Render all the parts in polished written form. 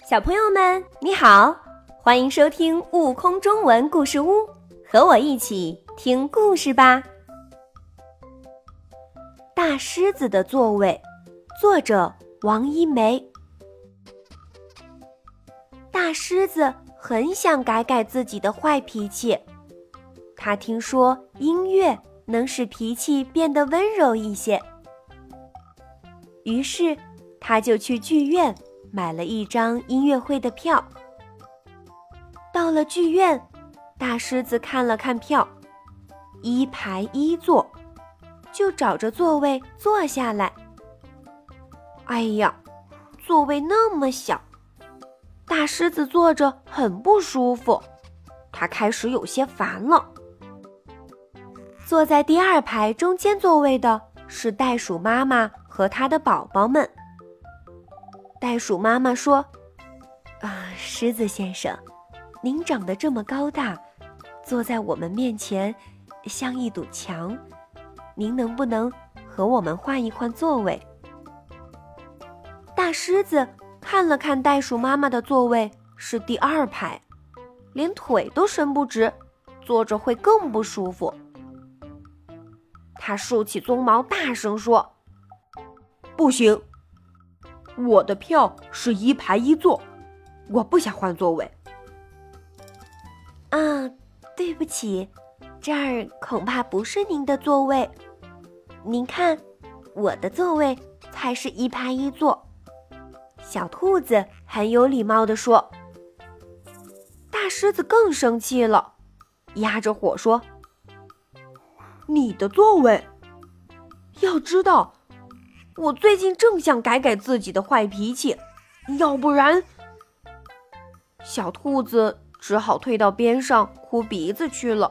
小朋友们，你好，欢迎收听悟空中文故事屋，和我一起听故事吧。大狮子的座位，作者王一梅。大狮子很想改自己的坏脾气，他听说音乐能使脾气变得温柔一些，于是他就去剧院买了一张音乐会的票。到了剧院，大狮子看了看票，1排1座，就找着座位坐下来。哎呀，座位那么小，大狮子坐着很不舒服，他开始有些烦了。坐在第2排中间座位的是袋鼠妈妈和她的宝宝们。袋鼠妈妈说：狮子先生，您长得这么高大，坐在我们面前像一堵墙，您能不能和我们换一换座位？大狮子看了看袋鼠妈妈的座位是第2排，连腿都伸不直，坐着会更不舒服。他竖起鬃毛大声说：不行，我的票是1排1座，我不想换座位。对不起，这儿恐怕不是您的座位。您看，我的座位才是1排1座。小兔子很有礼貌地说。大狮子更生气了，压着火说：你的座位？要知道，我最近正想改自己的坏脾气，要不然……小兔子只好退到边上哭鼻子去了。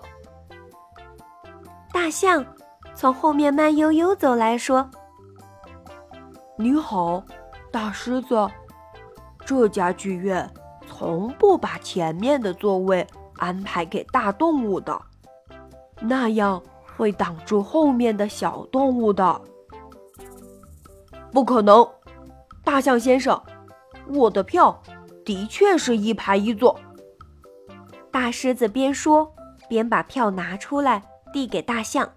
大象从后面慢悠悠走来说：你好，大狮子，这家剧院从不把前面的座位安排给大动物的，那样会挡住后面的小动物的。不可能，大象先生，我的票的确是1排1座。大狮子边说边把票拿出来递给大象。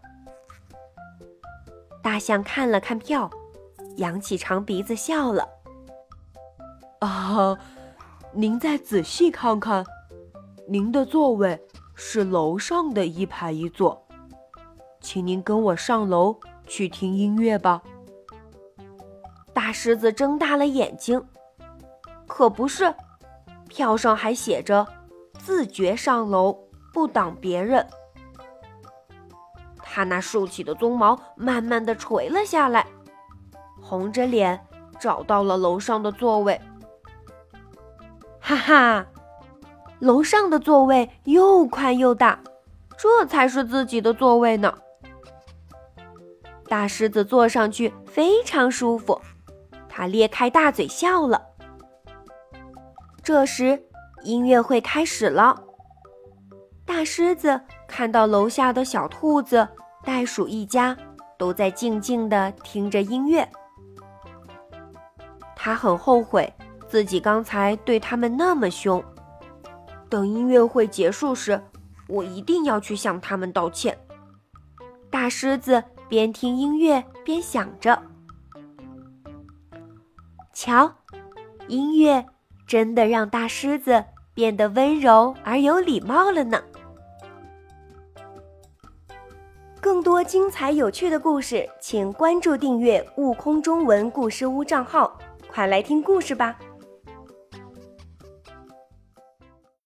大象看了看票，扬起长鼻子笑了。您再仔细看看，您的座位是楼上的1排1座，请您跟我上楼去听音乐吧。大狮子睁大了眼睛，可不是，票上还写着自觉上楼，不挡别人。他那竖起的鬃毛慢慢地垂了下来，红着脸找到了楼上的座位。哈哈，楼上的座位又宽又大，这才是自己的座位呢。大狮子坐上去非常舒服，他咧开大嘴笑了。这时音乐会开始了，大狮子看到楼下的小兔子、袋鼠一家都在静静地听着音乐。他很后悔自己刚才对他们那么凶，等音乐会结束时，我一定要去向他们道歉。大狮子边听音乐边想着，瞧，音乐真的让大狮子变得温柔而有礼貌了呢。更多精彩有趣的故事，请关注订阅悟空中文故事屋账号，快来听故事吧。